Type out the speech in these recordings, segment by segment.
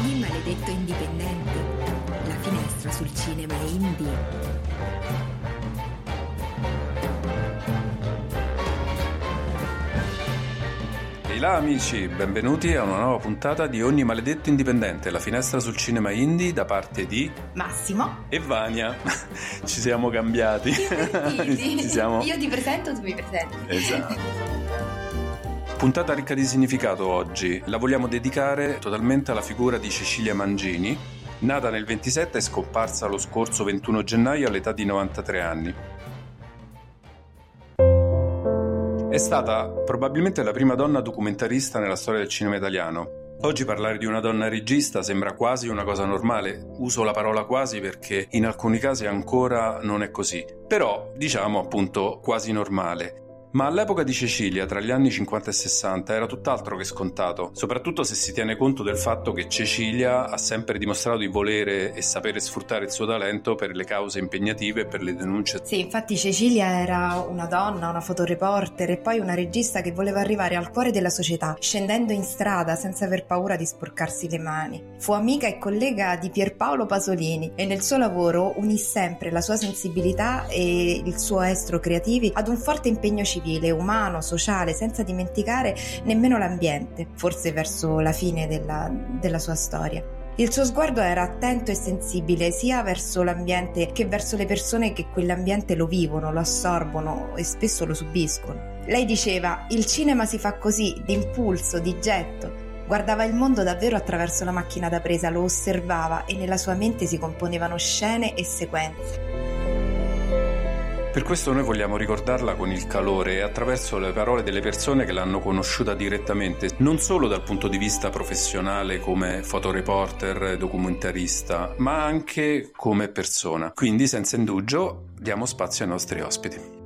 Ogni maledetto indipendente, la finestra sul cinema indie. Ehi là amici, benvenuti a una nuova puntata di Ogni maledetto indipendente, la finestra sul cinema indie da parte di Massimo e Vania. Ci siamo cambiati. Sì. Io ti presento, tu mi presenti. Esatto. Puntata ricca di significato oggi. La vogliamo dedicare totalmente alla figura di Cecilia Mangini, nata nel 27 e scomparsa lo scorso 21 gennaio all'età di 93 anni. È stata probabilmente la prima donna documentarista nella storia del cinema italiano. Oggi parlare di una donna regista sembra quasi una cosa normale. Uso la parola quasi perché in alcuni casi ancora non è così. Però, diciamo appunto, quasi normale. Ma all'epoca di Cecilia, tra gli anni 50 e 60, era tutt'altro che scontato, soprattutto se si tiene conto del fatto che Cecilia ha sempre dimostrato di volere e sapere sfruttare il suo talento per le cause impegnative e per le denunce. Sì, infatti Cecilia era una donna, una fotoreporter e poi una regista che voleva arrivare al cuore della società, scendendo in strada senza aver paura di sporcarsi le mani. Fu amica e collega di Pierpaolo Pasolini e nel suo lavoro unì sempre la sua sensibilità e il suo estro creativi ad un forte impegno civile, umano, sociale, senza dimenticare nemmeno l'ambiente, forse verso la fine della sua storia. Il suo sguardo era attento e sensibile sia verso l'ambiente che verso le persone che quell'ambiente lo vivono, lo assorbono e spesso lo subiscono. Lei diceva: il cinema si fa così, d'impulso, di getto. Guardava il mondo davvero attraverso la macchina da presa, lo osservava e nella sua mente si componevano scene e sequenze. Per questo noi vogliamo ricordarla con il calore e attraverso le parole delle persone che l'hanno conosciuta direttamente, non solo dal punto di vista professionale come fotoreporter, documentarista, ma anche come persona. Quindi, senza indugio, diamo spazio ai nostri ospiti.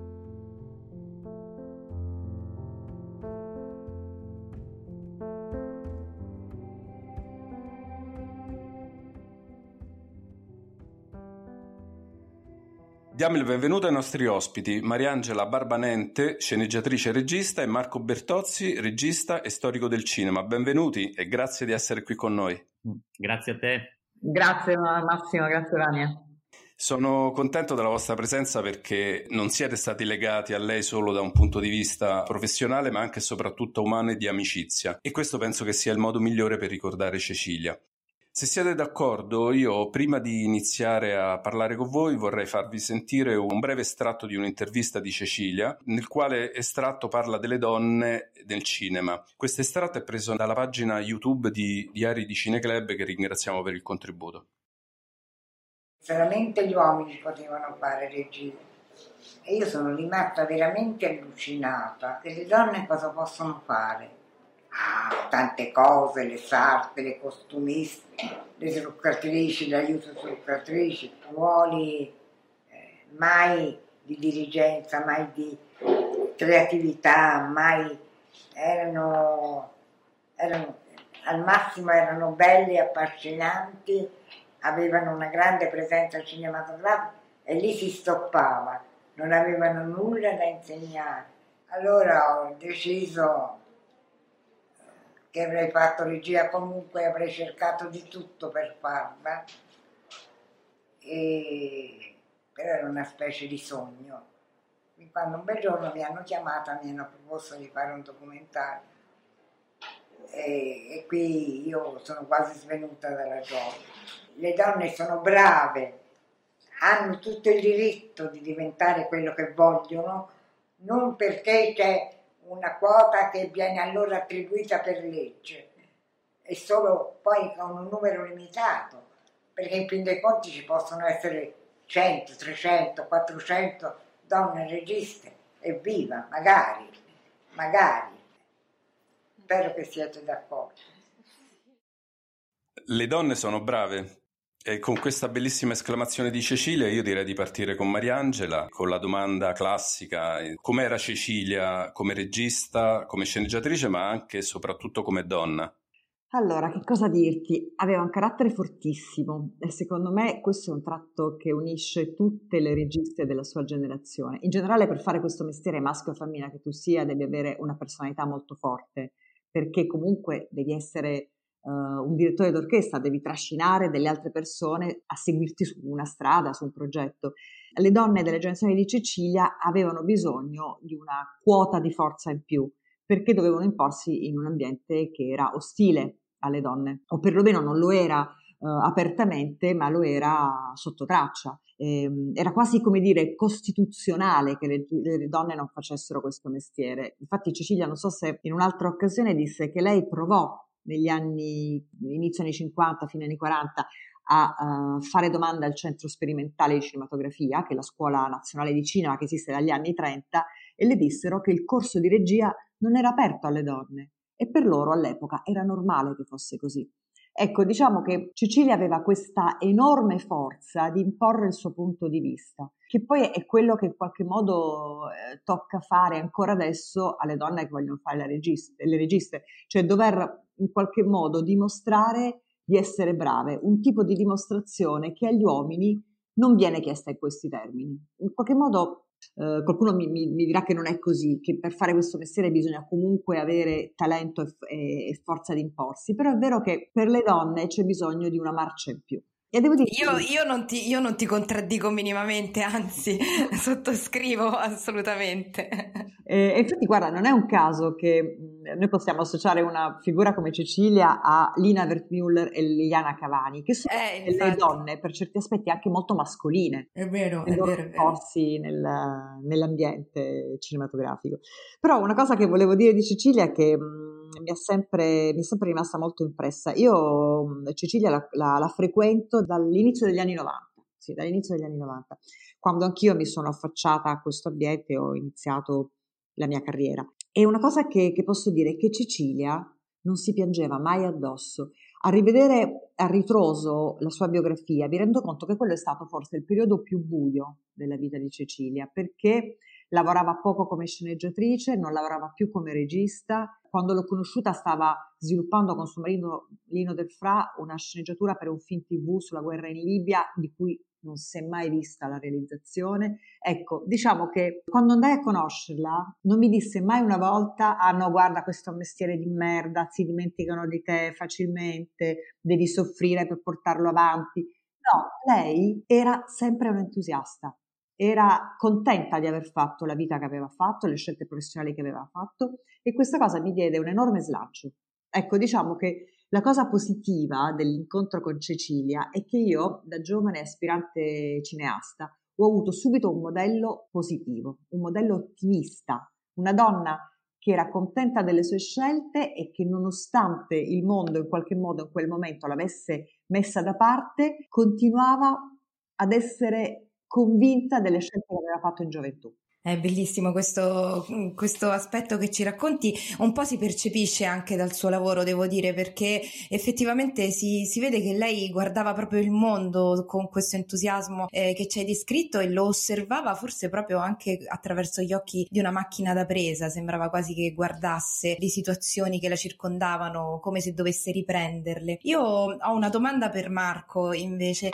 Diamo il benvenuto ai nostri ospiti, Mariangela Barbanente, sceneggiatrice e regista, e Marco Bertozzi, regista e storico del cinema. Benvenuti e grazie di essere qui con noi. Grazie a te. Grazie Massimo, grazie Vania. Sono contento della vostra presenza perché non siete stati legati a lei solo da un punto di vista professionale, ma anche e soprattutto umano e di amicizia. E questo penso che sia il modo migliore per ricordare Cecilia. Se siete d'accordo, io prima di iniziare a parlare con voi vorrei farvi sentire un breve estratto di un'intervista di Cecilia, nel quale estratto parla delle donne nel cinema. Questo estratto è preso dalla pagina YouTube di Diari di Cineclub, che ringraziamo per il contributo. Solamente gli uomini potevano fare regia e io sono rimasta veramente allucinata. E le donne cosa possono fare? Tante cose, le sarte, le costumiste, le truccatrici, l'aiuto truccatrici, ruoli mai di dirigenza, mai di creatività, mai erano al massimo erano belle, affascinanti, avevano una grande presenza cinematografica e lì si stoppava, non avevano nulla da insegnare. Allora ho deciso che avrei fatto regia, comunque avrei cercato di tutto per farla, però era una specie di sogno. Quando un bel giorno mi hanno chiamata, mi hanno proposto di fare un documentario e qui io sono quasi svenuta dalla gioia. Le donne sono brave, hanno tutto il diritto di diventare quello che vogliono, non perché c'è una quota che viene a loro attribuita per legge e solo poi con un numero limitato, perché in fin dei conti ci possono essere 100, 300, 400 donne registe, evviva, magari, spero che siete d'accordo. Le donne sono brave. E con questa bellissima esclamazione di Cecilia io direi di partire con Mariangela, con la domanda classica: com'era Cecilia come regista, come sceneggiatrice, ma anche e soprattutto come donna? Allora, che cosa dirti? Aveva un carattere fortissimo e secondo me questo è un tratto che unisce tutte le registe della sua generazione. In generale, per fare questo mestiere, maschio o femmina che tu sia, devi avere una personalità molto forte, perché comunque devi essere un direttore d'orchestra, devi trascinare delle altre persone a seguirti su una strada, su un progetto. Le donne delle generazioni di Cecilia avevano bisogno di una quota di forza in più, perché dovevano imporsi in un ambiente che era ostile alle donne, o perlomeno non lo era apertamente, ma lo era sotto traccia. Era quasi, come dire, costituzionale che le donne non facessero questo mestiere. Infatti Cecilia, non so se in un'altra occasione, disse che lei provò negli anni, inizio anni 50, fine anni 40, a fare domanda al Centro Sperimentale di Cinematografia, che è la scuola nazionale di cinema che esiste dagli anni 30, e le dissero che il corso di regia non era aperto alle donne, e per loro all'epoca era normale che fosse così. Ecco, diciamo che Cecilia aveva questa enorme forza di imporre il suo punto di vista, che poi è quello che in qualche modo tocca fare ancora adesso alle donne che vogliono fare le registe, cioè dover in qualche modo dimostrare di essere brave, un tipo di dimostrazione che agli uomini non viene chiesta in questi termini. In qualche modo qualcuno mi dirà che non è così, che per fare questo mestiere bisogna comunque avere talento e forza di imporsi, però è vero che per le donne c'è bisogno di una marcia in più. E devo dire io non ti contraddico minimamente, anzi sottoscrivo assolutamente. E infatti guarda, non è un caso che noi possiamo associare una figura come Cecilia a Lina Wertmüller e Liliana Cavani, che sono delle donne per certi aspetti anche molto mascoline. È vero, nei loro corsi nell'ambiente cinematografico. Però una cosa che volevo dire di Cecilia è che mi è sempre rimasta molto impressa. Io Cecilia la frequento dall'inizio degli anni 90, sì, dall'inizio degli anni 90, quando anch'io mi sono affacciata a questo ambiente e ho iniziato la mia carriera. E una cosa che posso dire è che Cecilia non si piangeva mai addosso. A rivedere a ritroso la sua biografia mi rendo conto che quello è stato forse il periodo più buio della vita di Cecilia, perché lavorava poco come sceneggiatrice, non lavorava più come regista. Quando l'ho conosciuta stava sviluppando con suo marito Lino Del Fra una sceneggiatura per un film TV sulla guerra in Libia, di cui non si è mai vista la realizzazione. Ecco, diciamo che quando andai a conoscerla non mi disse mai una volta: ah no, guarda, questo è un mestiere di merda, si dimenticano di te facilmente, devi soffrire per portarlo avanti. No, lei era sempre un'entusiasta, era contenta di aver fatto la vita che aveva fatto, le scelte professionali che aveva fatto, e questa cosa mi diede un enorme slancio. Ecco, diciamo che la cosa positiva dell'incontro con Cecilia è che io, da giovane aspirante cineasta, ho avuto subito un modello positivo, un modello ottimista, una donna che era contenta delle sue scelte e che, nonostante il mondo in qualche modo in quel momento l'avesse messa da parte, continuava ad essere convinta delle scelte che aveva fatto in gioventù. È bellissimo questo aspetto che ci racconti, un po' si percepisce anche dal suo lavoro, devo dire, perché effettivamente si vede che lei guardava proprio il mondo con questo entusiasmo che ci hai descritto, e lo osservava forse proprio anche attraverso gli occhi di una macchina da presa. Sembrava quasi che guardasse le situazioni che la circondavano come se dovesse riprenderle. Io ho una domanda per Marco invece.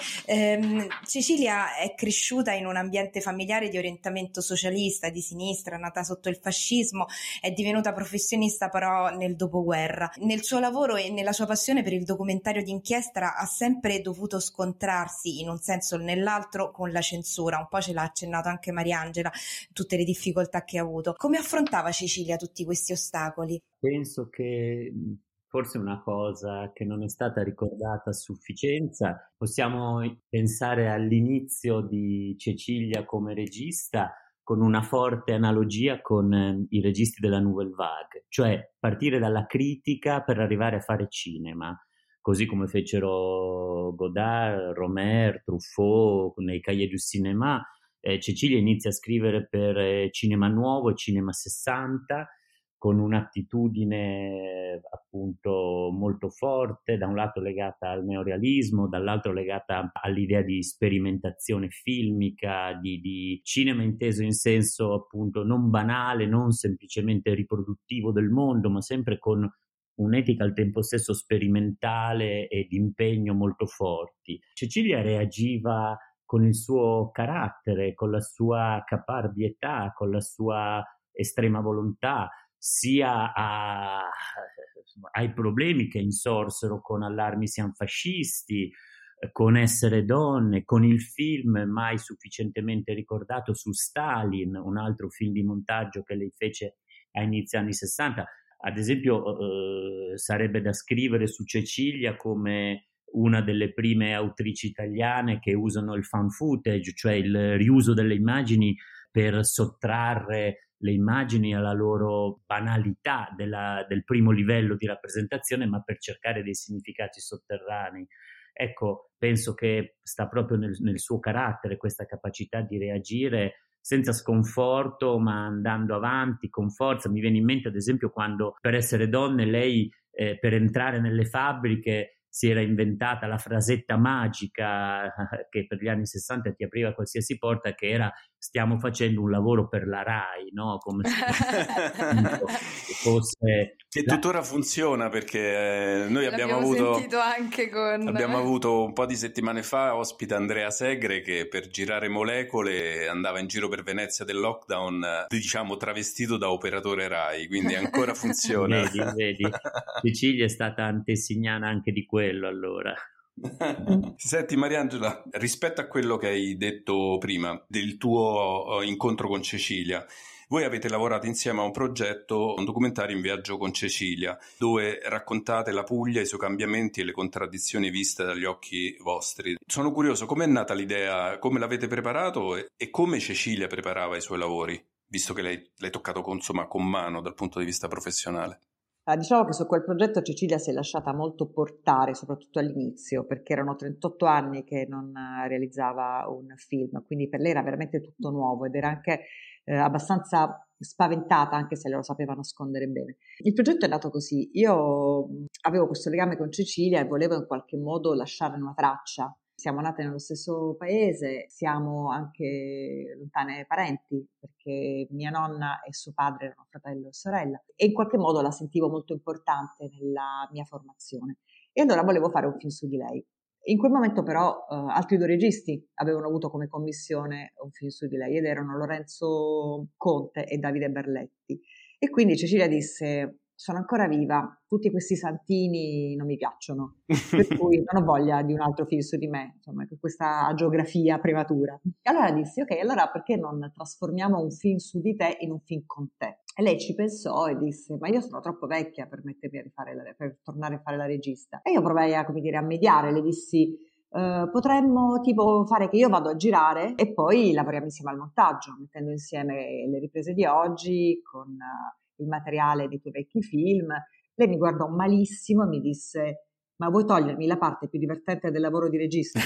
Cecilia è cresciuta in un ambiente familiare di orientamento socialista, di sinistra, nata sotto il fascismo, è divenuta professionista però nel dopoguerra. Nel suo lavoro e nella sua passione per il documentario d'inchiesta ha sempre dovuto scontrarsi in un senso o nell'altro con la censura. Un po' ce l'ha accennato anche Mariangela, tutte le difficoltà che ha avuto. Come affrontava Cecilia tutti questi ostacoli? Penso che forse una cosa che non è stata ricordata a sufficienza, possiamo pensare all'inizio di Cecilia come regista con una forte analogia con i registi della Nouvelle Vague, cioè partire dalla critica per arrivare a fare cinema, così come fecero Godard, Romer, Truffaut nei Cahiers du Cinéma. Cecilia inizia a scrivere per Cinema Nuovo e Cinema 60, con un'attitudine appunto molto forte, da un lato legata al neorealismo, dall'altro legata all'idea di sperimentazione filmica, di cinema inteso in senso appunto non banale, non semplicemente riproduttivo del mondo, ma sempre con un'etica al tempo stesso sperimentale e di impegno molto forti. Cecilia reagiva con il suo carattere, con la sua caparbietà, con la sua estrema volontà, sia ai problemi che insorsero con Allarmi siamo fascisti, con Essere donne, con il film mai sufficientemente ricordato su Stalin, un altro film di montaggio che lei fece a inizio anni 60. Ad esempio sarebbe da scrivere su Cecilia come una delle prime autrici italiane che usano il fan footage, cioè il riuso delle immagini per sottrarre le immagini alla loro banalità del primo livello di rappresentazione, ma per cercare dei significati sotterranei. Ecco, penso che sta proprio nel suo carattere questa capacità di reagire senza sconforto, ma andando avanti con forza. Mi viene in mente, ad esempio, quando per Essere donne lei per entrare nelle fabbriche si era inventata la frasetta magica che per gli anni 60 ti apriva qualsiasi porta, che era: stiamo facendo un lavoro per la RAI, no? Come se fosse... Che tuttora funziona, perché noi abbiamo sentito anche abbiamo avuto un po' di settimane fa ospite Andrea Segre, che per girare Molecole andava in giro per Venezia del lockdown, diciamo travestito da operatore RAI, quindi ancora funziona. Vedi, Cecilia è stata antesignana anche di quello, allora. Senti Mariangela, rispetto a quello che hai detto prima del tuo incontro con Cecilia, voi avete lavorato insieme a un progetto, un documentario In viaggio con Cecilia, dove raccontate la Puglia, i suoi cambiamenti e le contraddizioni viste dagli occhi vostri. Sono curioso, com'è nata l'idea, come l'avete preparato e come Cecilia preparava i suoi lavori, visto che l'hai toccato con mano dal punto di vista professionale. Diciamo che su quel progetto Cecilia si è lasciata molto portare, soprattutto all'inizio, perché erano 38 anni che non realizzava un film, quindi per lei era veramente tutto nuovo ed era anche abbastanza spaventata, anche se lo sapeva nascondere bene. Il progetto è nato così: io avevo questo legame con Cecilia e volevo in qualche modo lasciare una traccia. Siamo nate nello stesso paese, siamo anche lontane parenti, perché mia nonna e suo padre erano fratello e sorella, e in qualche modo la sentivo molto importante nella mia formazione. E allora volevo fare un film su di lei. In quel momento però altri due registi avevano avuto come commissione un film su di lei, ed erano Lorenzo Conte e Davide Berletti. E quindi Cecilia disse: sono ancora viva, tutti questi santini non mi piacciono, per cui non ho voglia di un altro film su di me, insomma, questa geografia prematura. E allora dissi: ok, allora perché non trasformiamo un film su di te in un film con te? E lei ci pensò e disse: ma io sono troppo vecchia per mettermi a rifare per tornare a fare la regista. E io provai a mediare, le dissi: potremmo tipo fare che io vado a girare e poi lavoriamo insieme al montaggio, mettendo insieme le riprese di oggi con il materiale dei tuoi vecchi film. Lei mi guardò malissimo e mi disse: ma vuoi togliermi la parte più divertente del lavoro di regista?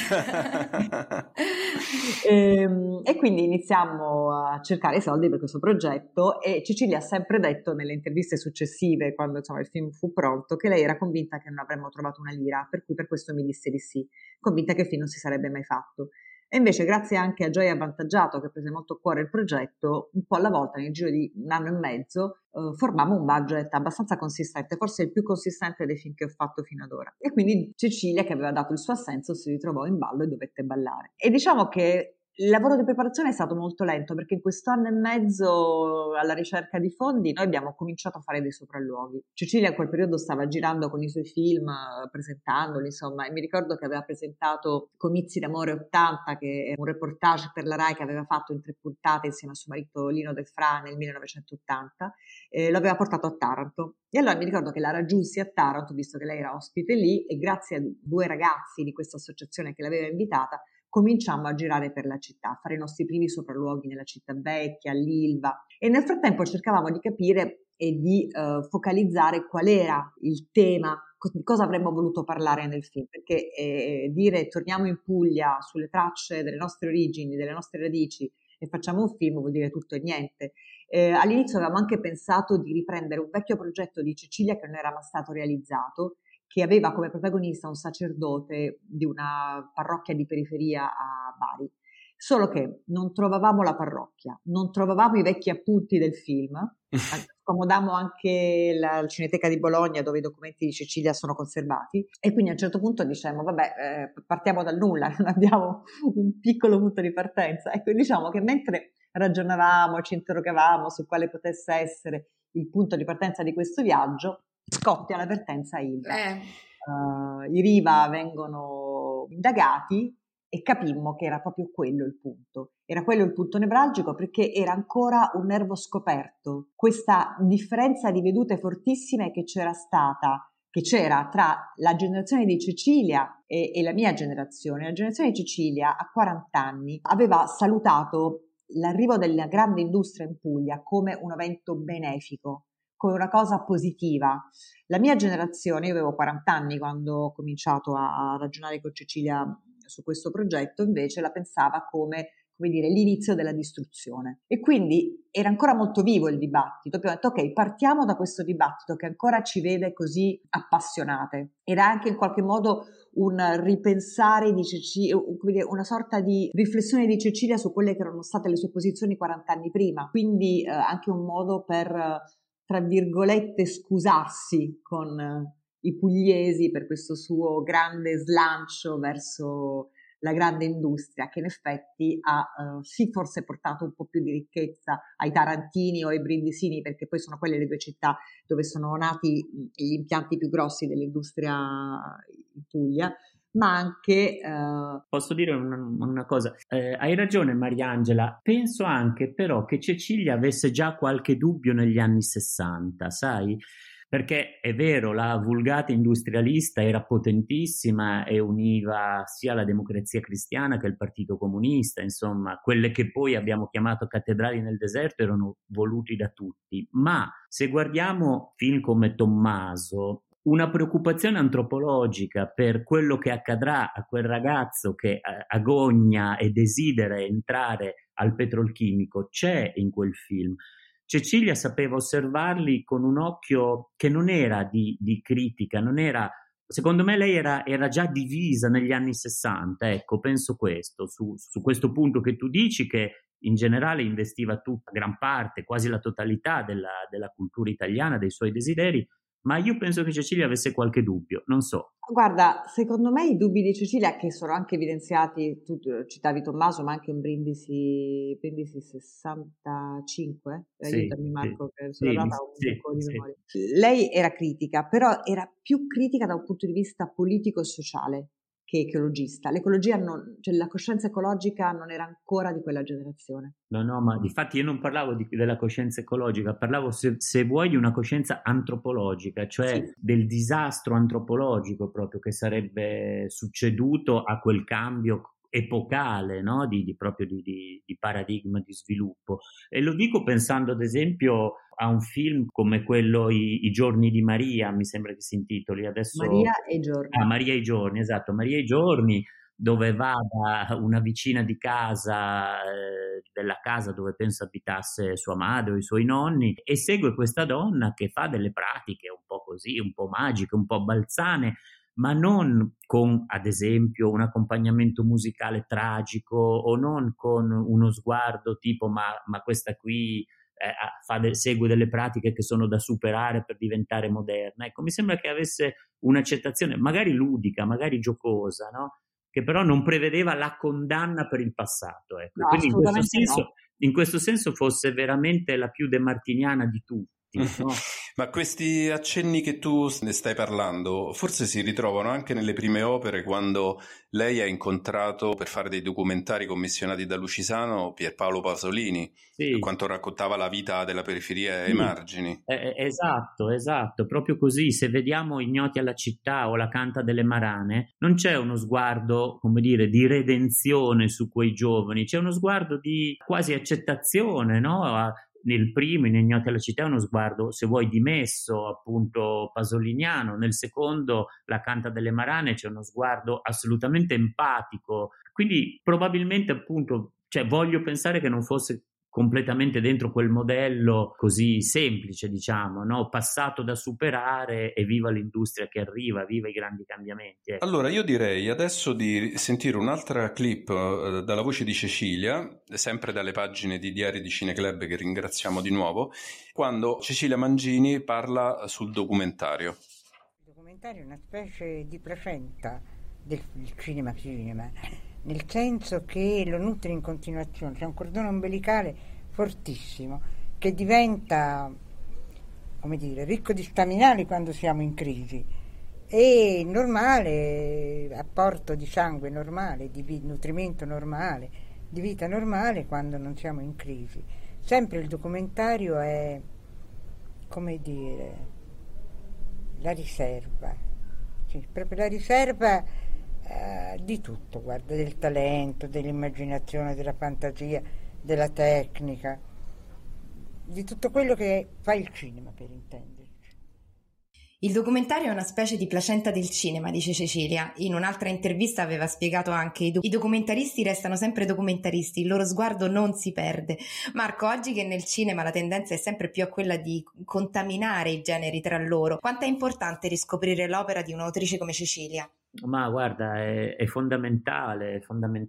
E quindi iniziamo a cercare i soldi per questo progetto, e Cecilia ha sempre detto nelle interviste successive, quando insomma il film fu pronto, che lei era convinta che non avremmo trovato una lira, per cui per questo mi disse di sì, convinta che il film non si sarebbe mai fatto. E invece, grazie anche a Gioia Avvantaggiato, che prese molto a cuore il progetto, un po' alla volta, nel giro di un anno e mezzo, formammo un budget abbastanza consistente, forse il più consistente dei film che ho fatto fino ad ora. E quindi Cecilia, che aveva dato il suo assenso, si ritrovò in ballo e dovette ballare. E diciamo che il lavoro di preparazione è stato molto lento, perché in questo anno e mezzo alla ricerca di fondi noi abbiamo cominciato a fare dei sopralluoghi. Cecilia in quel periodo stava girando con i suoi film, presentandoli, insomma, e mi ricordo che aveva presentato Comizi d'amore 80, che è un reportage per la RAI che aveva fatto in 3 puntate insieme a suo marito Lino Del Fra nel 1980, lo aveva portato a Taranto. E allora mi ricordo che la raggiunsi a Taranto, visto che lei era ospite lì, e grazie a 2 ragazzi di questa associazione che l'aveva invitata, cominciamo a girare per la città, a fare i nostri primi sopralluoghi nella città vecchia, all'Ilva, e nel frattempo cercavamo di capire e di focalizzare qual era il tema, di cosa avremmo voluto parlare nel film, perché dire torniamo in Puglia sulle tracce delle nostre origini, delle nostre radici e facciamo un film vuol dire tutto e niente. All'inizio avevamo anche pensato di riprendere un vecchio progetto di Cecilia che non era mai stato realizzato, che aveva come protagonista un sacerdote di una parrocchia di periferia a Bari. Solo che non trovavamo la parrocchia, non trovavamo i vecchi appunti del film, scomodammo anche la Cineteca di Bologna dove i documenti di Cecilia sono conservati, e quindi a un certo punto diciamo vabbè, partiamo dal nulla, non abbiamo un piccolo punto di partenza. Ecco, diciamo che mentre ragionavamo, ci interrogavamo su quale potesse essere il punto di partenza di questo viaggio, scoppia l'avvertenza ILVA. I Riva vengono indagati e capimmo che era proprio quello il punto. Era quello il punto nevralgico, perché era ancora un nervo scoperto. Questa differenza di vedute fortissime che c'era tra la generazione di Cecilia e la mia generazione. La generazione di Cecilia a 40 anni aveva salutato l'arrivo della grande industria in Puglia come un evento benefico, come una cosa positiva. La mia generazione, io avevo 40 anni quando ho cominciato a ragionare con Cecilia su questo progetto, invece la pensava come dire, l'inizio della distruzione. E quindi era ancora molto vivo il dibattito. Abbiamo detto, ok, partiamo da questo dibattito che ancora ci vede così appassionate. Era anche in qualche modo un ripensare di Cecilia, una sorta di riflessione di Cecilia su quelle che erano state le sue posizioni 40 anni prima. Quindi anche un modo per, tra virgolette, scusarsi con i pugliesi per questo suo grande slancio verso la grande industria, che in effetti ha sì forse portato un po' più di ricchezza ai tarantini o ai brindisini, perché poi sono quelle le due città dove sono nati gli impianti più grossi dell'industria in Puglia, ma anche... Posso dire una cosa? Hai ragione Mariangela, penso anche però che Cecilia avesse già qualche dubbio negli anni 60, sai? Perché è vero, la vulgata industrialista era potentissima e univa sia la Democrazia Cristiana che il Partito Comunista, insomma, quelle che poi abbiamo chiamato cattedrali nel deserto erano voluti da tutti. Ma se guardiamo film come Tommaso, una preoccupazione antropologica per quello che accadrà a quel ragazzo che agogna e desidera entrare al petrolchimico c'è in quel film. Cecilia sapeva osservarli con un occhio che non era di critica, non era, secondo me lei era già divisa negli anni 60, ecco, penso questo, su questo punto che tu dici, che in generale investiva tutta, gran parte, quasi la totalità della cultura italiana, dei suoi desideri, ma io penso che Cecilia avesse qualche dubbio, non so. Guarda, secondo me i dubbi di Cecilia, che sono anche evidenziati, tu citavi Tommaso, ma anche in Brindisi 65, sì, aiutami Marco, sì, che sono data un po' di sì. memoria. Lei era critica, però era più critica da un punto di vista politico e sociale che ecologista. L'ecologia cioè la coscienza ecologica non era ancora di quella generazione. No, ma difatti io non parlavo della coscienza ecologica, parlavo se vuoi di una coscienza antropologica, cioè sì, del disastro antropologico proprio che sarebbe succeduto a quel cambio epocale, no? di paradigma di sviluppo. E lo dico pensando ad esempio a un film come quello I giorni di Maria, mi sembra che si intitoli adesso. Maria e i giorni. Maria e i giorni, esatto, Maria e i giorni, dove va da una vicina di casa, della casa dove penso abitasse sua madre o i suoi nonni, e segue questa donna che fa delle pratiche un po' così, un po' magiche, un po' balzane, ma non con, ad esempio, un accompagnamento musicale tragico o non con uno sguardo tipo ma questa qui segue delle pratiche che sono da superare per diventare moderna. Ecco, mi sembra che avesse un'accettazione magari ludica, magari giocosa, no? Che però non prevedeva la condanna per il passato. Ecco. No, quindi no. in questo senso fosse veramente la più demartiniana di tutti. No? Ma questi accenni che tu ne stai parlando forse si ritrovano anche nelle prime opere, quando lei ha incontrato per fare dei documentari commissionati da Lucisano Pierpaolo Pasolini, sì, quanto raccontava la vita della periferia e ai margini. Esatto, proprio così. Se vediamo Ignoti alla città o La Canta delle Marane, non c'è uno sguardo, come dire, di redenzione su quei giovani, c'è uno sguardo di quasi accettazione, no? Nel primo, in Ignoti alla città, è uno sguardo, se vuoi, dimesso, appunto pasoliniano. Nel secondo, La Canta delle Marane, c'è uno sguardo assolutamente empatico. Quindi probabilmente, appunto, cioè, voglio pensare che non fosse completamente dentro quel modello così semplice, diciamo, no? Passato da superare, e viva l'industria che arriva, viva i grandi cambiamenti. Allora io direi adesso di sentire un'altra clip dalla voce di Cecilia, sempre dalle pagine di Diari di Cineclub, che ringraziamo di nuovo, quando Cecilia Mangini parla sul documentario. Il documentario è una specie di placenta del cinema, nel senso che lo nutre in continuazione, c'è un cordone ombelicale fortissimo che diventa come dire, ricco di staminali quando siamo in crisi e normale, apporto di sangue normale, di nutrimento normale, di vita normale quando non siamo in crisi. Sempre il documentario è, come dire, la riserva, sì, proprio la riserva di tutto, guarda, del talento, dell'immaginazione, della fantasia, della tecnica, di tutto quello che fa il cinema, per intenderci. Il documentario è una specie di placenta del cinema, dice Cecilia. In un'altra intervista aveva spiegato anche i documentaristi restano sempre documentaristi, il loro sguardo non si perde. Marco, oggi che nel cinema la tendenza è sempre più a quella di contaminare i generi tra loro, quanto è importante riscoprire l'opera di un'autrice come Cecilia? Ma guarda, è fondamentale,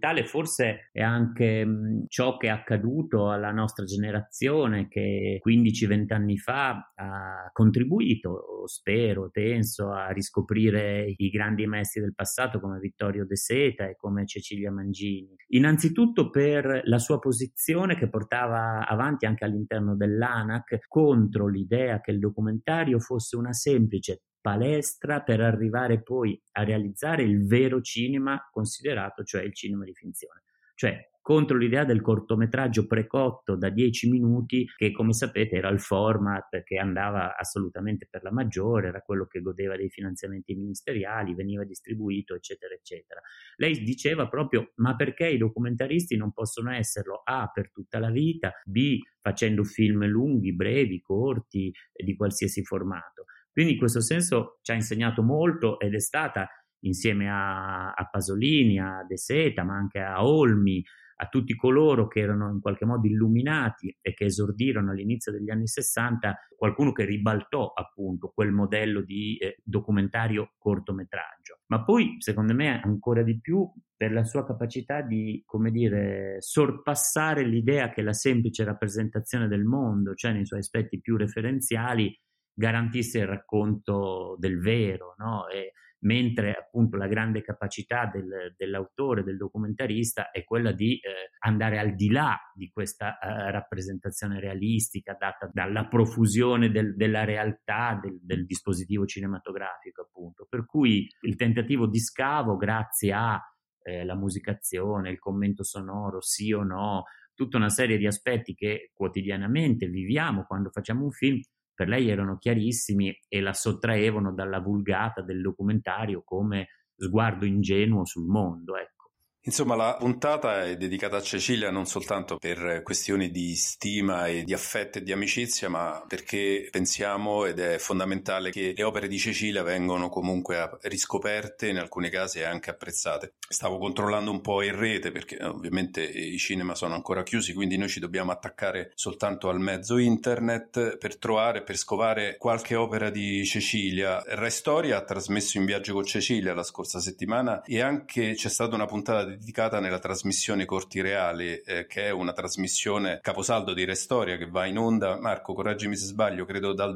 forse è anche ciò che è accaduto alla nostra generazione che 15-20 anni fa ha contribuito, spero, penso, a riscoprire i grandi maestri del passato come Vittorio De Seta e come Cecilia Mangini. Innanzitutto per la sua posizione che portava avanti anche all'interno dell'ANAC contro l'idea che il documentario fosse una semplice palestra per arrivare poi a realizzare il vero cinema considerato, cioè il cinema di finzione, cioè contro l'idea del cortometraggio precotto da 10 minuti che, come sapete, era il format che andava assolutamente per la maggiore, era quello che godeva dei finanziamenti ministeriali, veniva distribuito, eccetera eccetera. Lei diceva proprio: ma perché i documentaristi non possono esserlo? A, per tutta la vita, B, facendo film lunghi, brevi, corti, di qualsiasi formato. Quindi in questo senso ci ha insegnato molto ed è stata, insieme a Pasolini, a De Seta, ma anche a Olmi, a tutti coloro che erano in qualche modo illuminati e che esordirono all'inizio degli anni 60, qualcuno che ribaltò appunto quel modello di documentario cortometraggio. Ma poi, secondo me, ancora di più per la sua capacità di, come dire, sorpassare l'idea che la semplice rappresentazione del mondo, cioè nei suoi aspetti più referenziali, garantisse il racconto del vero, no? E mentre appunto la grande capacità dell'autore, del documentarista è quella di andare al di là di questa rappresentazione realistica data dalla profusione della realtà del dispositivo cinematografico, appunto. Per cui il tentativo di scavo, grazie a la musicazione, il commento sonoro, sì o no, tutta una serie di aspetti che quotidianamente viviamo quando facciamo un film, per lei erano chiarissimi e la sottraevano dalla vulgata del documentario come sguardo ingenuo sul mondo, ecco. Insomma, la puntata è dedicata a Cecilia non soltanto per questioni di stima e di affetto e di amicizia, ma perché pensiamo, ed è fondamentale, che le opere di Cecilia vengono comunque riscoperte, in alcuni casi anche apprezzate. Stavo controllando un po' in rete perché ovviamente i cinema sono ancora chiusi, quindi noi ci dobbiamo attaccare soltanto al mezzo internet per trovare, per scovare qualche opera di Cecilia. Rai Storia ha trasmesso In viaggio con Cecilia la scorsa settimana e anche c'è stata una puntata dedicata nella trasmissione Corti Reali, che è una trasmissione caposaldo di Rai Storia che va in onda, Marco, correggimi se sbaglio, credo dal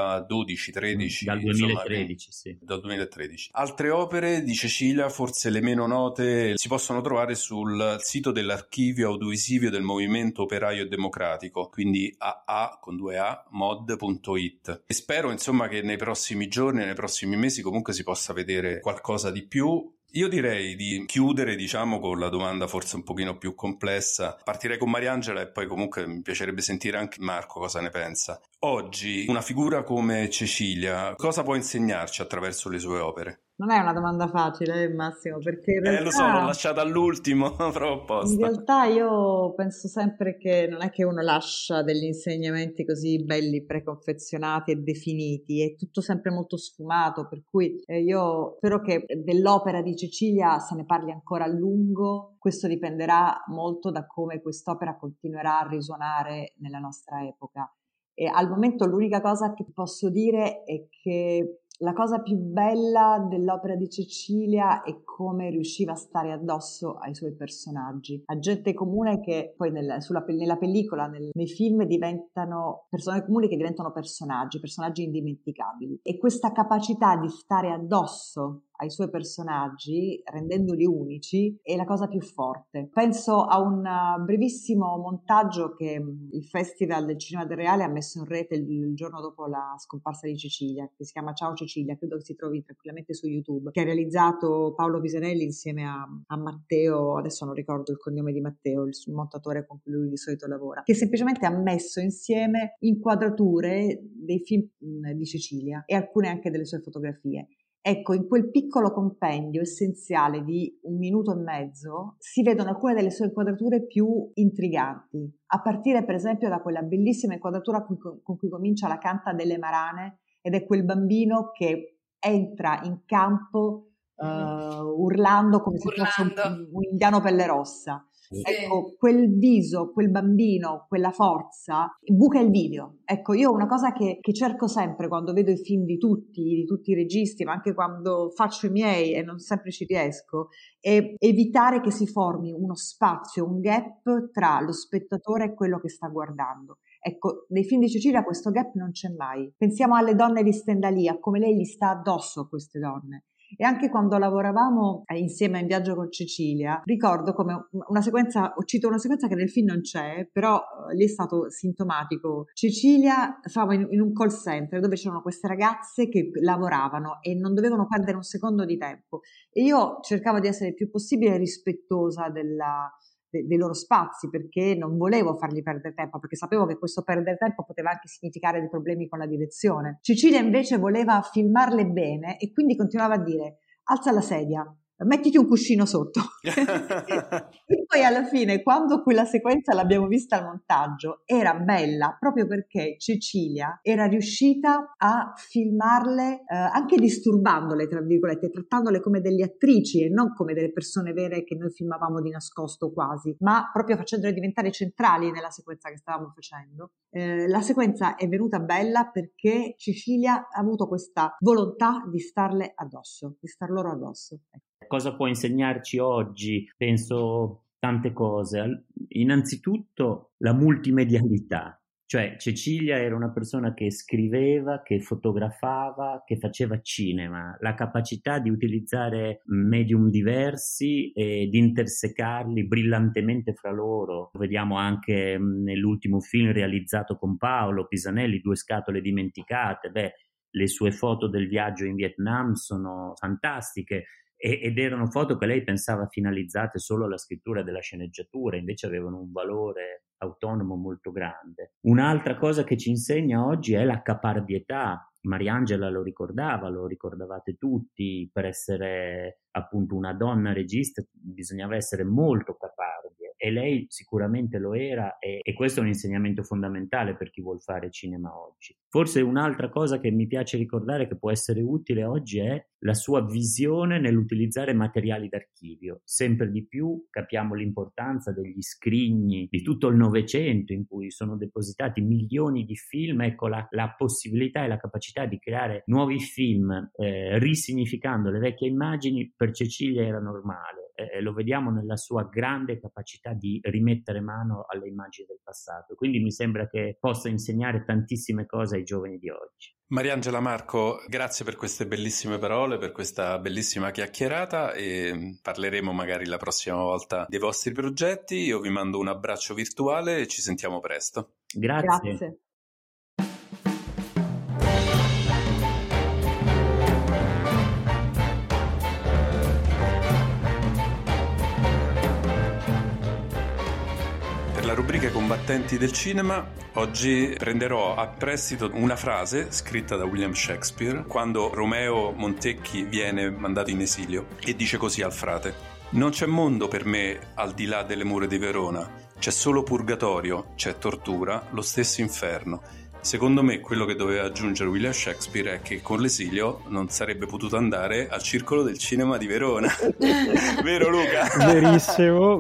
2012-13. Dal 2013, sì. Dal 2013. Altre opere di Cecilia, forse le meno note, si possono trovare sul sito dell'archivio audiovisivo del Movimento Operaio Democratico, quindi mod.it. E spero, insomma, che nei prossimi giorni, nei prossimi mesi comunque si possa vedere qualcosa di più. Io direi di chiudere, diciamo, con la domanda forse un pochino più complessa. Partirei con Mariangela e poi comunque mi piacerebbe sentire anche Marco cosa ne pensa. Oggi una figura come Cecilia cosa può insegnarci attraverso le sue opere? Non è una domanda facile, Massimo, perché in realtà... Lo so, l'ho lasciata all'ultimo, però apposta. In realtà io penso sempre che non è che uno lascia degli insegnamenti così belli, preconfezionati e definiti, è tutto sempre molto sfumato, per cui io spero che dell'opera di Cecilia se ne parli ancora a lungo. Questo dipenderà molto da come quest'opera continuerà a risuonare nella nostra epoca. E al momento l'unica cosa che posso dire è che la cosa più bella dell'opera di Cecilia è come riusciva a stare addosso ai suoi personaggi, a gente comune che poi nella pellicola, nei film diventano persone comuni che diventano personaggi indimenticabili. E questa capacità di stare addosso ai suoi personaggi, rendendoli unici, è la cosa più forte. Penso a un brevissimo montaggio che il Festival del Cinema del Reale ha messo in rete il giorno dopo la scomparsa di Cecilia, che si chiama Ciao Cecilia, credo che si trovi tranquillamente su YouTube, che ha realizzato Paolo Pisanelli insieme a Matteo, adesso non ricordo il cognome di Matteo, il montatore con cui lui di solito lavora, che semplicemente ha messo insieme inquadrature dei film di Cecilia e alcune anche delle sue fotografie. Ecco, in quel piccolo compendio essenziale di 1 minuto e mezzo si vedono alcune delle sue inquadrature più intriganti, a partire per esempio da quella bellissima inquadratura con cui comincia la Canta delle Marane, ed è quel bambino che entra in campo urlando come se fosse un indiano pelle rossa. Sì. Ecco, quel viso, quel bambino, quella forza buca il video. Ecco, io una cosa che cerco sempre quando vedo i film di tutti i registi, ma anche quando faccio i miei e non sempre ci riesco, è evitare che si formi uno spazio, un gap tra lo spettatore e quello che sta guardando. Ecco, nei film di Cecilia questo gap non c'è mai. Pensiamo alle donne di Stendhal, a come lei gli sta addosso a queste donne. E anche quando lavoravamo insieme in Viaggio con Cecilia, ricordo come una sequenza, cito una sequenza che nel film non c'è, però lì è stato sintomatico. Cecilia stava in un call center dove c'erano queste ragazze che lavoravano e non dovevano perdere un secondo di tempo. E io cercavo di essere il più possibile rispettosa dei loro spazi, perché non volevo fargli perdere tempo, perché sapevo che questo perdere tempo poteva anche significare dei problemi con la direzione. Cecilia invece voleva filmarle bene e quindi continuava a dire: alza la sedia, mettiti un cuscino sotto. E poi alla fine, quando quella sequenza l'abbiamo vista al montaggio, era bella proprio perché Cecilia era riuscita a filmarle anche disturbandole, tra virgolette, trattandole come delle attrici e non come delle persone vere che noi filmavamo di nascosto quasi, ma proprio facendole diventare centrali nella sequenza che stavamo facendo. La sequenza è venuta bella perché Cecilia ha avuto questa volontà di starle addosso, di star loro addosso. Cosa può insegnarci oggi? Penso tante cose. Innanzitutto la multimedialità, cioè Cecilia era una persona che scriveva, che fotografava, che faceva cinema, la capacità di utilizzare medium diversi e di intersecarli brillantemente fra loro. Lo vediamo anche nell'ultimo film realizzato con Paolo Pisanelli, 2 scatole dimenticate. Le sue foto del viaggio in Vietnam sono fantastiche. Ed erano foto che lei pensava finalizzate solo alla scrittura della sceneggiatura, invece avevano un valore autonomo molto grande. Un'altra cosa che ci insegna oggi è la caparbietà. Mariangela lo ricordavate tutti, per essere appunto una donna regista bisognava essere molto caparbie e lei sicuramente lo era e questo è un insegnamento fondamentale per chi vuol fare cinema oggi. Forse un'altra cosa che mi piace ricordare che può essere utile oggi è la sua visione nell'utilizzare materiali d'archivio. Sempre di più capiamo l'importanza degli scrigni di tutto il Novecento in cui sono depositati milioni di film. Ecco, la possibilità e la capacità di creare nuovi film risignificando le vecchie immagini per Cecilia era normale. Lo vediamo nella sua grande capacità di rimettere mano alle immagini del passato, quindi mi sembra che possa insegnare tantissime cose ai giovani di oggi. Mariangela, Marco, grazie per queste bellissime parole, per questa bellissima chiacchierata e parleremo magari la prossima volta dei vostri progetti. Io vi mando un abbraccio virtuale e ci sentiamo presto. Grazie. La rubrica Combattenti del cinema, oggi prenderò a prestito una frase scritta da William Shakespeare quando Romeo Montecchi viene mandato in esilio e dice così al frate: non c'è mondo per me al di là delle mura di Verona, c'è solo purgatorio, c'è tortura, lo stesso inferno. Secondo me quello che doveva aggiungere William Shakespeare è che con l'esilio non sarebbe potuto andare al Circolo del Cinema di Verona. Vero Luca? Verissimo.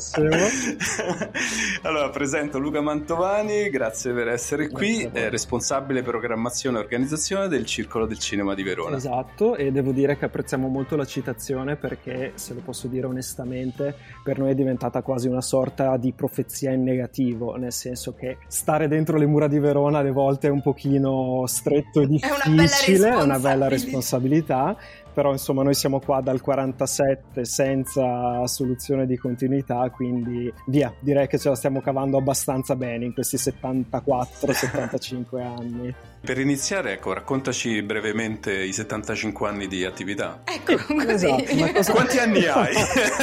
Allora presento Luca Mantovani, grazie per essere qui, è responsabile programmazione e organizzazione del Circolo del Cinema di Verona. Esatto, e devo dire che apprezziamo molto la citazione perché, se lo posso dire onestamente, per noi è diventata quasi una sorta di profezia in negativo, nel senso che stare dentro le mura di Verona alle volte è un pochino stretto e difficile, è una bella responsabilità, però insomma noi siamo qua dal 47 senza soluzione di continuità, quindi via, direi che ce la stiamo cavando abbastanza bene in questi 74-75 anni. Per iniziare, ecco, raccontaci brevemente i 75 anni di attività. Ecco, così. Esatto, Quanti anni hai?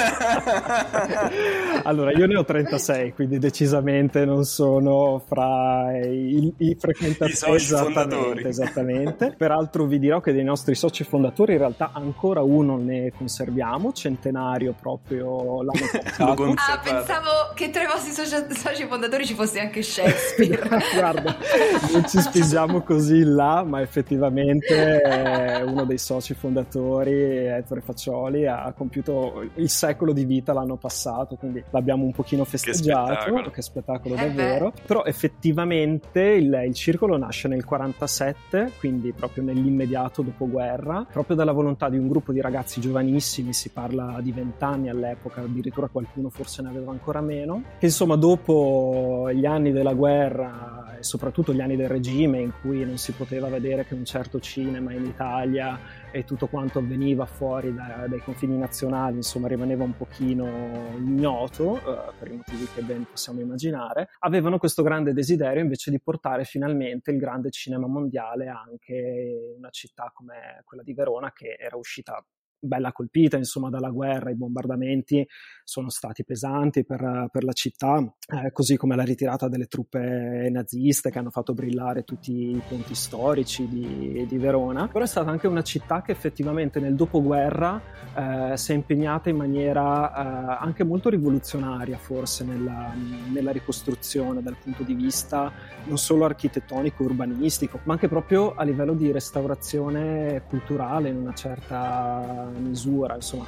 Allora, io ne ho 36, quindi decisamente non sono fra i frequentatori. I soci fondatori. Esattamente. Peraltro vi dirò che dei nostri soci fondatori in realtà ancora uno ne conserviamo, centenario proprio l'anno passato. Pensavo che tra i vostri soci fondatori ci fosse anche Shakespeare. Guarda, non ci spingiamo così là, ma effettivamente uno dei soci fondatori, Ettore Faccioli, ha compiuto il secolo di vita l'anno passato, quindi l'abbiamo un pochino festeggiato. Che spettacolo davvero. Però effettivamente il circolo nasce nel 47, quindi proprio nell'immediato dopoguerra, proprio dalla volontà di un gruppo di ragazzi giovanissimi, si parla di 20 anni all'epoca, addirittura qualcuno forse ne aveva ancora meno, che insomma dopo gli anni della guerra e soprattutto gli anni del regime, in cui non si poteva vedere che un certo cinema in Italia e tutto quanto avveniva fuori dai confini nazionali, insomma rimaneva un pochino ignoto, per i motivi che ben possiamo immaginare, avevano questo grande desiderio invece di portare finalmente il grande cinema mondiale anche in una città come quella di Verona, che era uscita bella colpita insomma dalla guerra. I bombardamenti sono stati pesanti per la città, così come la ritirata delle truppe naziste che hanno fatto brillare tutti i ponti storici di Verona. Però è stata anche una città che effettivamente nel dopoguerra si è impegnata in maniera anche molto rivoluzionaria forse nella ricostruzione dal punto di vista non solo architettonico, urbanistico, ma anche proprio a livello di restaurazione culturale in una certa misura. Insomma,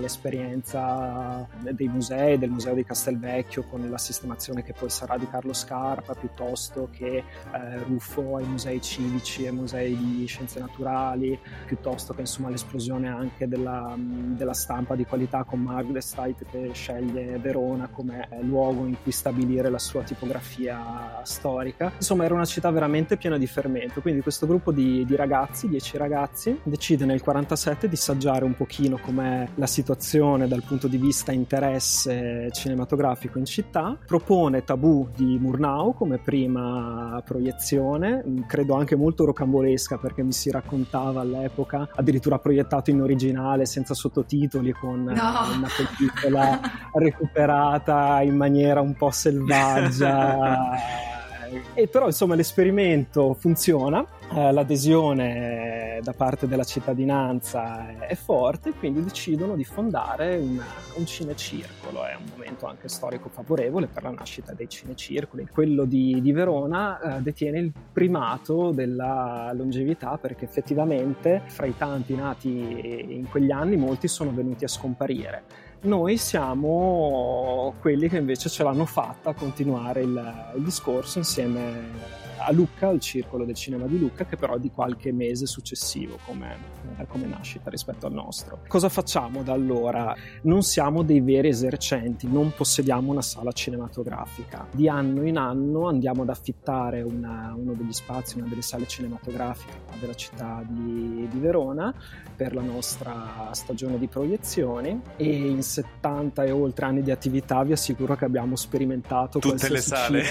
l'esperienza dei musei, del museo di Castelvecchio con la sistemazione che poi sarà di Carlo Scarpa, piuttosto che Ruffo ai musei civici e musei di scienze naturali, piuttosto che insomma l'esplosione anche della stampa di qualità con Margrestait che sceglie Verona come luogo in cui stabilire la sua tipografia storica. Insomma, era una città veramente piena di fermento, quindi questo gruppo di ragazzi, 10 ragazzi, decide nel 47 di saggiare un pochino com'è la situazione dal punto di vista interesse cinematografico in città, propone Tabù di Murnau come prima proiezione, credo anche molto rocambolesca, perché mi si raccontava all'epoca addirittura proiettato in originale senza sottotitoli, con una pellicola recuperata in maniera un po' selvaggia. E però insomma l'esperimento funziona, l'adesione da parte della cittadinanza è forte, quindi decidono di fondare un cinecircolo. È un momento anche storico favorevole per la nascita dei cinecircoli. Quello di Verona detiene il primato della longevità, perché effettivamente fra i tanti nati in quegli anni molti sono venuti a scomparire. Noi siamo quelli che invece ce l'hanno fatta a continuare il discorso insieme a Lucca, al Circolo del Cinema di Lucca, che però è di qualche mese successivo come nascita rispetto al nostro. Cosa facciamo da allora? Non siamo dei veri esercenti, non possediamo una sala cinematografica. Di anno in anno andiamo ad affittare uno degli spazi, una delle sale cinematografiche della città di Verona per la nostra stagione di proiezioni, e in 70 e oltre anni di attività vi assicuro che abbiamo sperimentato tutte le sale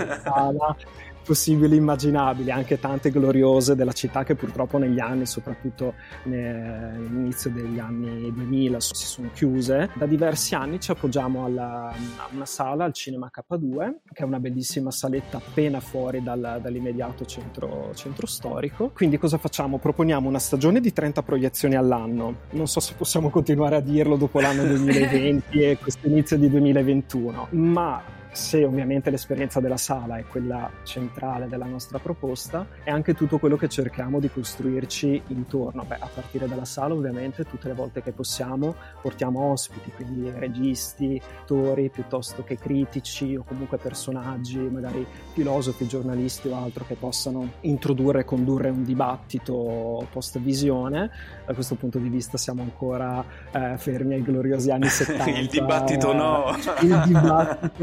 possibili, immaginabili, anche tante gloriose della città che purtroppo negli anni, soprattutto all'inizio degli anni 2000, si sono chiuse. Da diversi anni ci appoggiamo a una sala al Cinema K2, che è una bellissima saletta appena fuori dall'immediato centro storico. Quindi cosa facciamo? Proponiamo una stagione di 30 proiezioni all'anno. Non so se possiamo continuare a dirlo dopo l'anno 2020 e questo inizio di 2021, ma se ovviamente l'esperienza della sala è quella centrale della nostra proposta, è anche tutto quello che cerchiamo di costruirci intorno. A partire dalla sala, ovviamente, tutte le volte che possiamo portiamo ospiti, quindi registi, attori, piuttosto che critici o comunque personaggi, magari filosofi, giornalisti o altro, che possano introdurre e condurre un dibattito post-visione. Da questo punto di vista siamo ancora fermi ai gloriosi anni 70. Il dibattito no! Il dibattito no!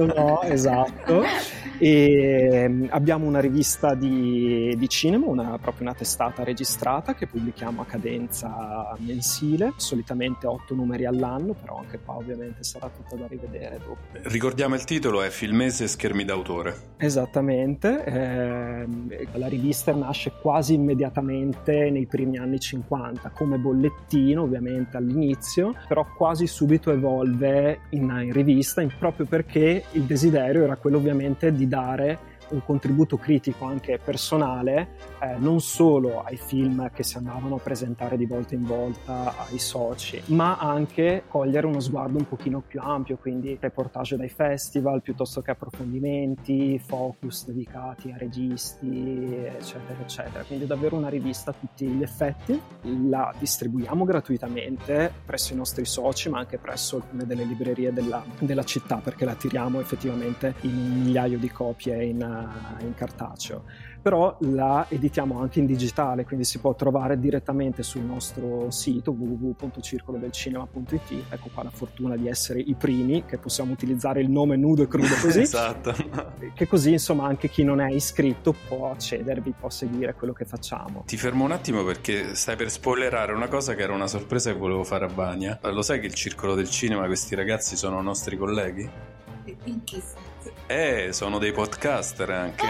esatto. E abbiamo una rivista di cinema, proprio una testata registrata che pubblichiamo a cadenza mensile, solitamente 8 numeri all'anno, però anche qua ovviamente sarà tutto da rivedere dopo. Ricordiamo il titolo, è Filmese Schermi d'autore. Esattamente, la rivista nasce quasi immediatamente nei primi anni 50 come bollettino, ovviamente all'inizio, però quasi subito evolve in rivista, proprio perché il desiderio era quello ovviamente di dare un contributo critico anche personale, non solo ai film che si andavano a presentare di volta in volta ai soci, ma anche cogliere uno sguardo un pochino più ampio, quindi reportage dai festival piuttosto che approfondimenti, focus dedicati a registi, eccetera eccetera. Quindi davvero una rivista a tutti gli effetti. La distribuiamo gratuitamente presso i nostri soci, ma anche presso alcune delle librerie della città, perché la tiriamo effettivamente in un migliaio di copie in cartaceo, però la editiamo anche in digitale, quindi si può trovare direttamente sul nostro sito www.circolodelcinema.it. Ecco qua la fortuna di essere i primi che possiamo utilizzare il nome nudo e crudo così. Esatto. Che così insomma anche chi non è iscritto può accedervi, può seguire quello che facciamo. Ti fermo un attimo perché stai per spoilerare una cosa che era una sorpresa che volevo fare a Vania. Lo sai che il Circolo del Cinema, questi ragazzi sono nostri colleghi? In che senso? Sono dei podcaster anche.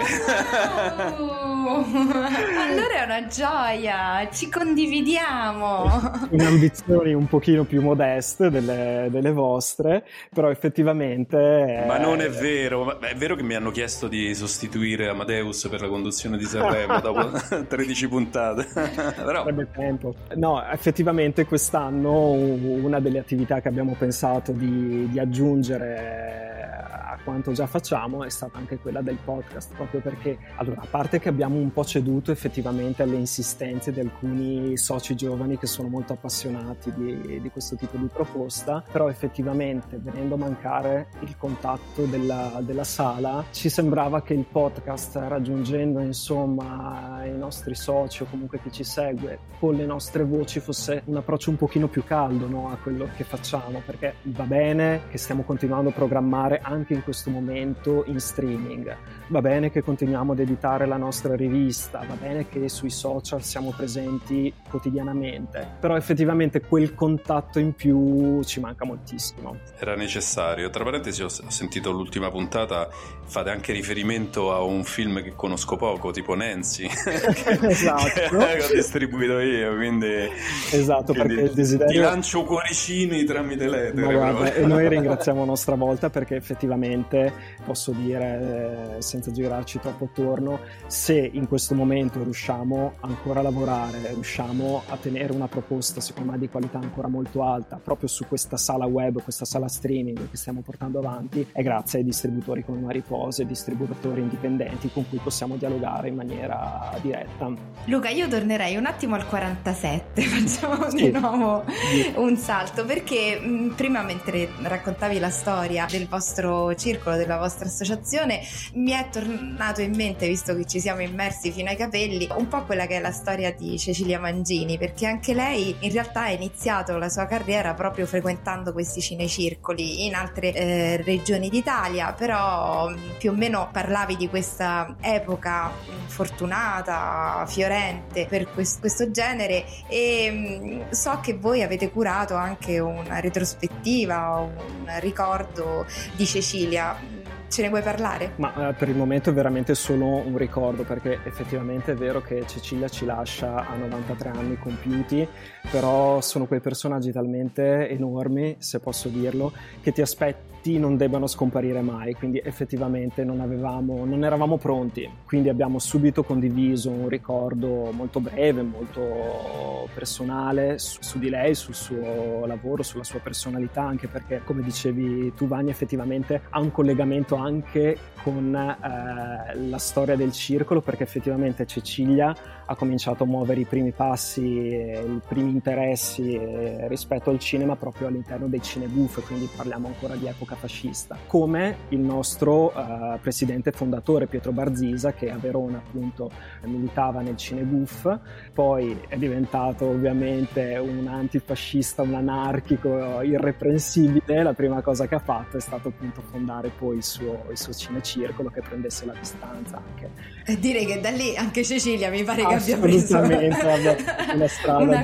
Allora è una gioia, ci condividiamo. In ambizioni un pochino più modeste delle vostre, però effettivamente... Ma non è vero, è vero che mi hanno chiesto di sostituire Amadeus per la conduzione di Sanremo dopo 13 puntate. Però... tempo. No, effettivamente quest'anno una delle attività che abbiamo pensato di aggiungere a quanto già facciamo è stata anche quella del podcast, proprio perché, allora, a parte che abbiamo un po' ceduto effettivamente alle insistenze di alcuni soci giovani che sono molto appassionati di questo tipo di proposta, però effettivamente, venendo a mancare il contatto della sala, ci sembrava che il podcast, raggiungendo insomma i nostri soci o comunque chi ci segue con le nostre voci, fosse un approccio un pochino più caldo, no, a quello che facciamo, perché va bene che stiamo continuando a programmare anche in questo momento in streaming, va bene che continuiamo ad editare la nostra rivista, va bene che sui social siamo presenti quotidianamente, però effettivamente quel contatto in più ci manca moltissimo. Era necessario. Tra parentesi, ho sentito l'ultima puntata, fate anche riferimento a un film che conosco poco, tipo Nancy. Esatto. Che ho distribuito io, quindi... Esatto, quindi perché il desiderio... Ti lancio cuoricini tramite l'etere. Guarda, e noi ringraziamo a nostra volta, perché effettivamente posso dire, senza girarci troppo attorno, se in questo momento riusciamo ancora a lavorare, riusciamo a tenere una proposta secondo me di qualità ancora molto alta proprio su questa sala web, questa sala streaming che stiamo portando avanti, è grazie ai distributori come Mariposa, distributori indipendenti con cui possiamo dialogare in maniera diretta. Luca, io tornerei un attimo al 47, facciamo di nuovo un salto, perché prima, mentre raccontavi la storia del vostro circolo, della vostra associazione, mi è tornato in mente, visto che ci siamo immersi fino ai capelli, un po' quella che è la storia di Cecilia Mangini, perché anche lei in realtà ha iniziato la sua carriera proprio frequentando questi cinecircoli in altre regioni d'Italia, però più o meno parlavi di questa epoca fortunata, fiorente per questo genere, e so che voi avete curato anche una retrospettiva, un ricordo di Cecilia. Ce ne vuoi parlare? Ma per il momento è veramente solo un ricordo, perché effettivamente è vero che Cecilia ci lascia a 93 anni compiuti, però sono quei personaggi talmente enormi, se posso dirlo, che ti aspetti non debbano scomparire mai, quindi effettivamente non eravamo pronti, quindi abbiamo subito condiviso un ricordo molto breve, molto personale su di lei, sul suo lavoro, sulla sua personalità, anche perché, come dicevi tu Vania, effettivamente ha un collegamento anche con la storia del circolo, perché effettivamente Cecilia ha cominciato a muovere i primi passi, i primi interessi rispetto al cinema proprio all'interno dei cinebuff, quindi parliamo ancora di epoca fascista, come il nostro presidente fondatore Pietro Barzisa, che a Verona appunto militava nel cinebuff, poi è diventato ovviamente un antifascista, un anarchico irreprensibile. La prima cosa che ha fatto è stato appunto fondare poi il suo cinecircolo, che prendesse la distanza anche. E direi che da lì anche Cecilia mi pare che abbia preso una strada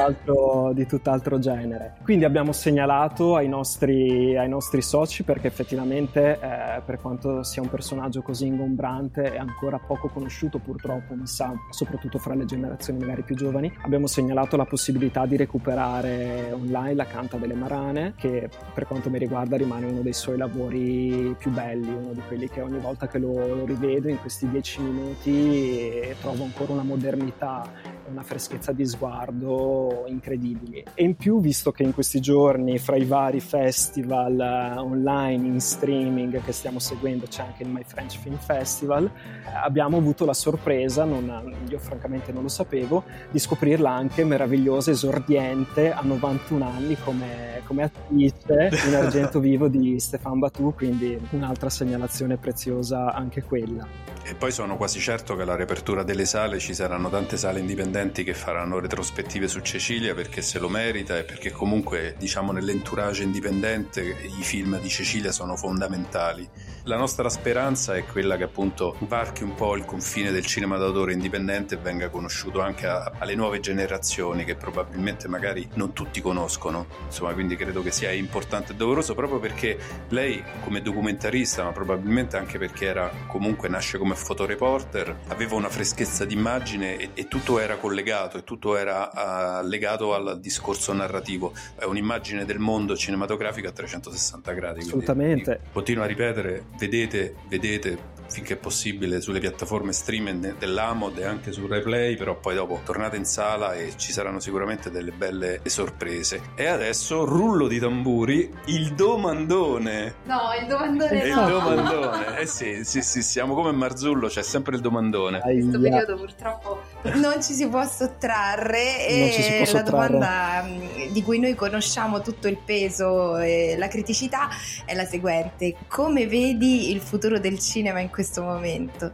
di tutt'altro genere. Quindi abbiamo segnalato ai nostri soci, perché effettivamente per quanto sia un personaggio così ingombrante è ancora poco conosciuto purtroppo, mi sa, soprattutto fra le generazioni magari più giovani. Abbiamo segnalato la possibilità di recuperare online La Canta delle Marane, che per quanto mi riguarda rimane uno dei suoi lavori più belli, uno di quelli che ogni volta che lo rivedo in questi 10 minuti trovo ancora una modernità, una freschezza di sguardo incredibili. E in più, visto che in questi giorni fra i vari festival online in streaming che stiamo seguendo c'è anche il My French Film Festival, abbiamo avuto la sorpresa, io francamente non lo sapevo, di scoprirla anche meravigliosa, esordiente a 91 anni come attrice in Argento Vivo di Stéphane Batou, quindi un'altra segnalazione preziosa anche quella. E poi sono quasi certo che alla riapertura delle sale ci saranno tante sale indipendenti che faranno retrospettive su Cecilia, perché se lo merita e perché comunque, diciamo, nell'entourage indipendente i film di Cecilia sono fondamentali. La nostra speranza è quella che appunto varchi un po' il confine del cinema d'autore indipendente e venga conosciuto anche alle nuove generazioni che probabilmente magari non tutti conoscono. Insomma, quindi credo che sia importante e doveroso, proprio perché lei come documentarista, ma probabilmente anche perché nasce come fotoreporter, aveva una freschezza d'immagine e tutto era collegato e tutto era legato al discorso narrativo. È un'immagine del mondo cinematografico a 360 gradi. Assolutamente. Continuo a ripetere, vedete finché è possibile sulle piattaforme streaming dell'Amod e anche su Replay, però poi dopo tornate in sala e ci saranno sicuramente delle belle sorprese. E adesso, rullo di tamburi, il domandone. No, il domandone Il domandone. Sì, siamo come Marzullo, c'è sempre il domandone. In questo periodo purtroppo non ci si può sottrarre e la domanda di cui noi conosciamo tutto il peso e la criticità è la seguente: come vedi il futuro del cinema in questo momento?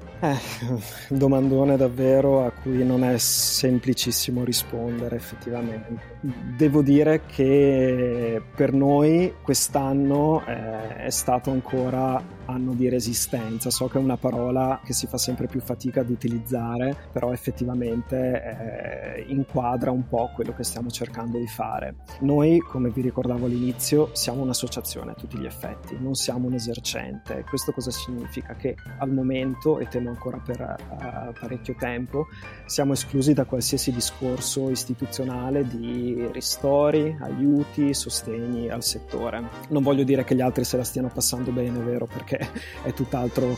Il domandone davvero a cui non è semplicissimo rispondere effettivamente. Devo dire che per noi quest'anno è stato ancora anno di resistenza. So che è una parola che si fa sempre più fatica ad utilizzare, però effettivamente inquadra un po' quello che stiamo cercando di fare. Noi, come vi ricordavo all'inizio, siamo un'associazione a tutti gli effetti, non siamo un esercente. Questo cosa significa? Che al momento, e temo ancora per parecchio tempo, siamo esclusi da qualsiasi discorso istituzionale di ristori, aiuti, sostegni al settore. Non voglio dire che gli altri se la stiano passando bene, vero? Perché è tutt'altro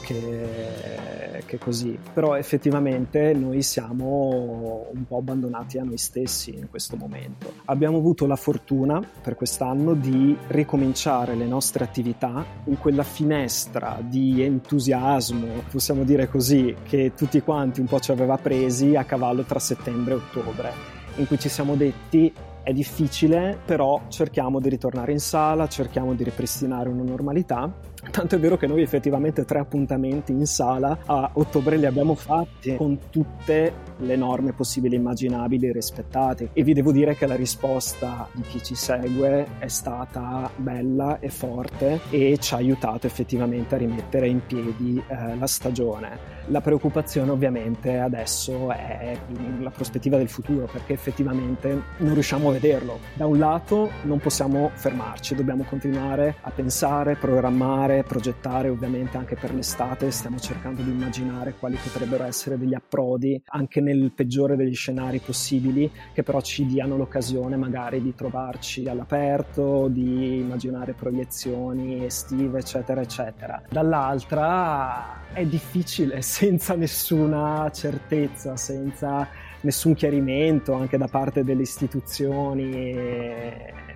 che così, però effettivamente noi siamo un po' abbandonati a noi stessi in questo momento. Abbiamo avuto la fortuna per quest'anno di ricominciare le nostre attività in quella finestra di entusiasmo, possiamo dire così, che tutti quanti un po' ci aveva presi a cavallo tra settembre e ottobre, in cui ci siamo detti: è difficile, però cerchiamo di ritornare in sala, cerchiamo di ripristinare una normalità. Tanto è vero che noi effettivamente 3 appuntamenti in sala a ottobre li abbiamo fatti, con tutte le norme possibili e immaginabili rispettate, e vi devo dire che la risposta di chi ci segue è stata bella e forte e ci ha aiutato effettivamente a rimettere in piedi la stagione. La preoccupazione ovviamente adesso è la prospettiva del futuro, perché effettivamente non riusciamo a vederlo. Da un lato non possiamo fermarci, dobbiamo continuare a pensare, programmare, progettare. Ovviamente anche per l'estate stiamo cercando di immaginare quali potrebbero essere degli approdi, anche nel peggiore degli scenari possibili, che però ci diano l'occasione magari di trovarci all'aperto, di immaginare proiezioni estive, eccetera eccetera. Dall'altra è difficile senza nessuna certezza, senza nessun chiarimento anche da parte delle istituzioni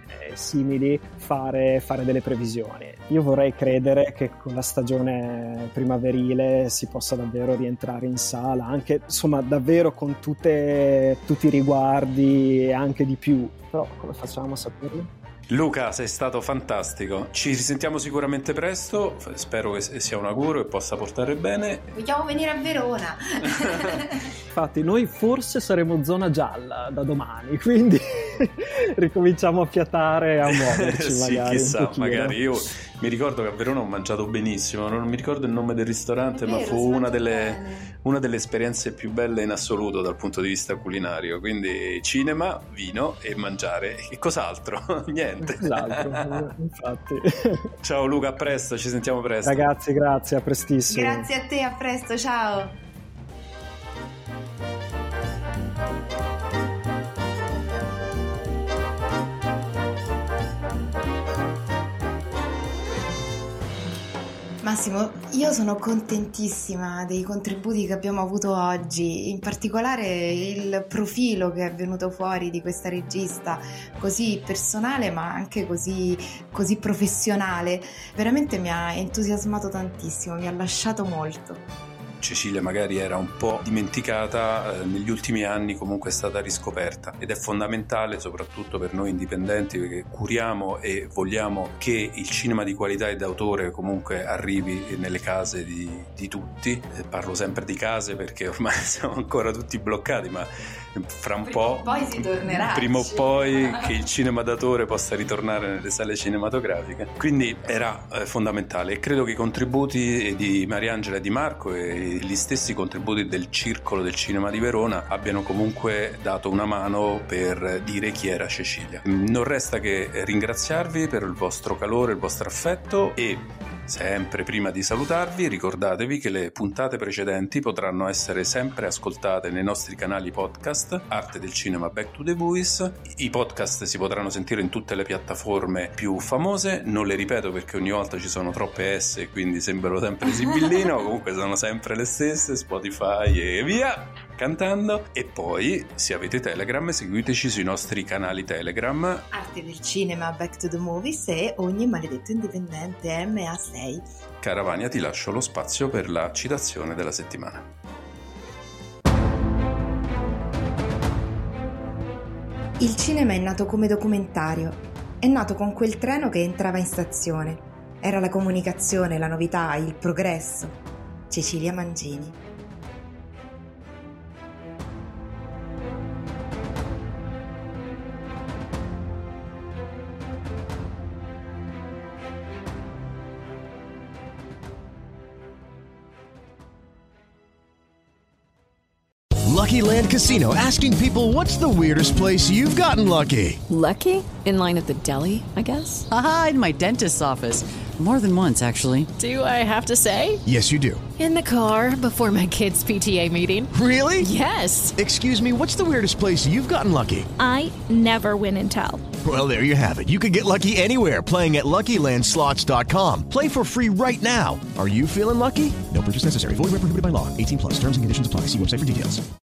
simili fare delle previsioni. Io vorrei credere che con la stagione primaverile si possa davvero rientrare in sala, anche insomma davvero con tutti i riguardi e anche di più, però come facciamo a saperlo? Luca, sei stato fantastico, ci risentiamo sicuramente presto, spero che sia un augurio e possa portare bene. Vogliamo venire a Verona. Infatti noi forse saremo zona gialla da domani, quindi ricominciamo a fiatare, a muoverci. Sì, magari chissà, magari. Io mi ricordo che a Verona ho mangiato benissimo, non mi ricordo il nome del ristorante, ma fu una delle esperienze più belle in assoluto dal punto di vista culinario, quindi cinema, vino e mangiare, e cos'altro? Niente. Esatto, infatti. Ciao Luca, a presto, ci sentiamo presto. Ragazzi, grazie, a prestissimo. Grazie a te, a presto, ciao. Massimo, io sono contentissima dei contributi che abbiamo avuto oggi, in particolare il profilo che è venuto fuori di questa regista così personale ma anche così professionale. Veramente mi ha entusiasmato tantissimo, mi ha lasciato molto. Cecilia magari era un po' dimenticata, negli ultimi anni comunque è stata riscoperta ed è fondamentale soprattutto per noi indipendenti, perché curiamo e vogliamo che il cinema di qualità e d'autore comunque arrivi nelle case di tutti. Parlo sempre di case perché ormai siamo ancora tutti bloccati, ma fra un po' poi si tornerà. Prima o poi che il cinema d'autore possa ritornare nelle sale cinematografiche. Quindi era fondamentale, e credo che i contributi di Mariangela e di Marco e gli stessi contributi del Circolo del Cinema di Verona abbiano comunque dato una mano per dire chi era Cecilia. Non resta che ringraziarvi per il vostro calore, il vostro affetto, e sempre prima di salutarvi ricordatevi che le puntate precedenti potranno essere sempre ascoltate nei nostri canali podcast Arte del Cinema Back to the Movies. I podcast si potranno sentire in tutte le piattaforme più famose, non le ripeto perché ogni volta ci sono troppe S e quindi sembrano sempre sibillino, comunque sono sempre le stesse, Spotify e via cantando. E poi se avete Telegram seguiteci sui nostri canali Telegram Arte del Cinema Back to the Movies e Ogni Maledetto Indipendente MA6. Caravania, ti lascio lo spazio per la citazione della settimana. Il cinema è nato come documentario, è nato con quel treno che entrava in stazione. Era la comunicazione, la novità, il progresso. Cecilia Mangini. Lucky Land Casino, asking people, what's the weirdest place you've gotten lucky? Lucky? In line at the deli, I guess? Aha, in my dentist's office. More than once, actually. Do I have to say? Yes, you do. In the car before my kids' PTA meeting. Really? Yes. Excuse me, what's the weirdest place you've gotten lucky? I never win and tell. Well, there you have it. You can get lucky anywhere, playing at LuckyLandSlots.com. Play for free right now. Are you feeling lucky? No purchase necessary. Void where prohibited by law. 18+. Terms and conditions apply. See website for details.